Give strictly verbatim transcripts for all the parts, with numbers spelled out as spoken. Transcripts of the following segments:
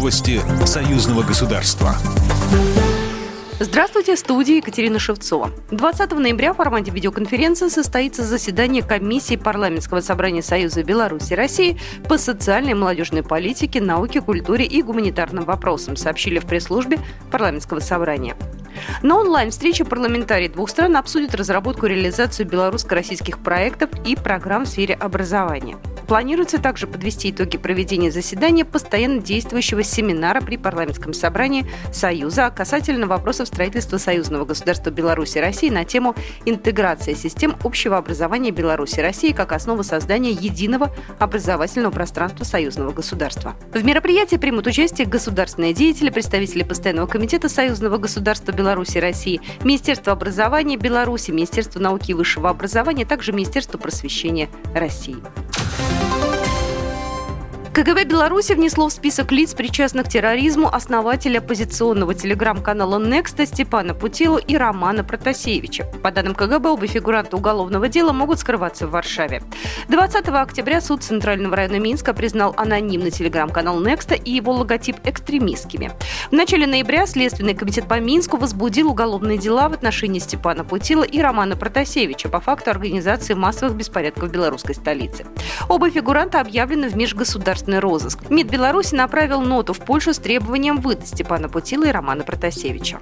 Новости союзного государства. Здравствуйте, в студии Екатерина Шевцова. двадцатого ноября в формате видеоконференции состоится заседание комиссии Парламентского собрания Союза Беларуси и России по социальной и молодежной политике, науке, культуре и гуманитарным вопросам, сообщили в пресс-службе Парламентского собрания. На онлайн-встрече парламентарии двух стран обсудят разработку и реализацию белорусско-российских проектов и программ в сфере образования. Планируется также подвести итоги проведения заседания постоянно действующего семинара при парламентском собрании Союза касательно вопросов строительства союзного государства Беларуси и России на тему интеграции систем общего образования Беларуси и России как основа создания единого образовательного пространства союзного государства. В мероприятии примут участие государственные деятели, представители Постоянного комитета союзного государства Беларуси и России, Министерство образования Беларуси, Министерство науки и высшего образования, а также Министерство просвещения России. КГБ Беларуси внесло в список лиц, причастных к терроризму, основателя оппозиционного телеграм-канала «Некста» Степана Путилу и Романа Протасевича. По данным КГБ, оба фигуранта уголовного дела могут скрываться в Варшаве. двадцатого октября суд Центрального района Минска признал анонимный телеграм-канал «Некста» и его логотип экстремистскими. В начале ноября Следственный комитет по Минску возбудил уголовные дела в отношении Степана Путила и Романа Протасевича по факту организации массовых беспорядков в белорусской столице. Оба фигуранта объявлены в межгосударственный розыск. МИД Беларуси направил ноту в Польшу с требованием выдать Степана Путила и Романа Протасевича.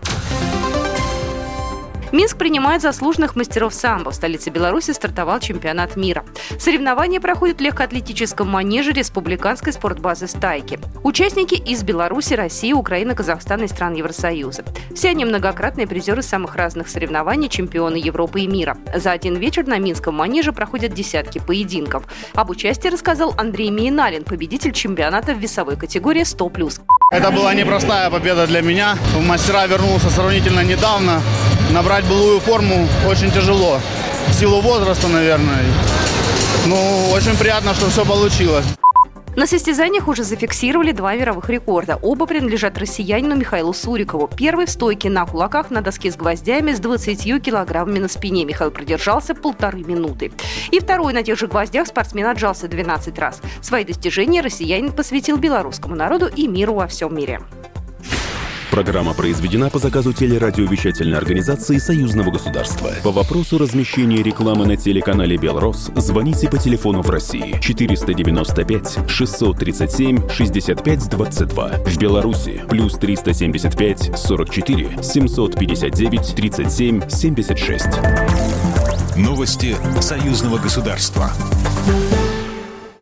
Минск принимает заслуженных мастеров самбо. В столице Беларуси стартовал чемпионат мира. Соревнования проходят в легкоатлетическом манеже республиканской спортбазы «Стайки». Участники из Беларуси, России, Украины, Казахстана и стран Евросоюза. Все они многократные призеры самых разных соревнований, чемпионы Европы и мира. За один вечер на Минском манеже проходят десятки поединков. Об участии рассказал Андрей Миеналин, победитель чемпионата в весовой категории сто плюс. Это была непростая победа для меня. В мастера вернулся сравнительно недавно. Набрать былую форму очень тяжело. В силу возраста, наверное. Ну, очень приятно, что все получилось. На состязаниях уже зафиксировали два мировых рекорда. Оба принадлежат россиянину Михаилу Сурикову. Первый в стойке на кулаках на доске с гвоздями с двадцатью килограммами на спине. Михаил продержался полторы минуты. И второй на тех же гвоздях спортсмен отжался двенадцать раз. Свои достижения россиянин посвятил белорусскому народу и миру во всем мире. Программа произведена по заказу телерадиовещательной организации Союзного государства. По вопросу размещения рекламы на телеканале «Белрос» звоните по телефону в России четыреста девяносто пять шестьсот тридцать семь шестьдесят пять двадцать два. В Беларуси плюс триста семьдесят пять сорок четыре семьсот пятьдесят девять тридцать семь семьдесят шесть. Новости союзного государства.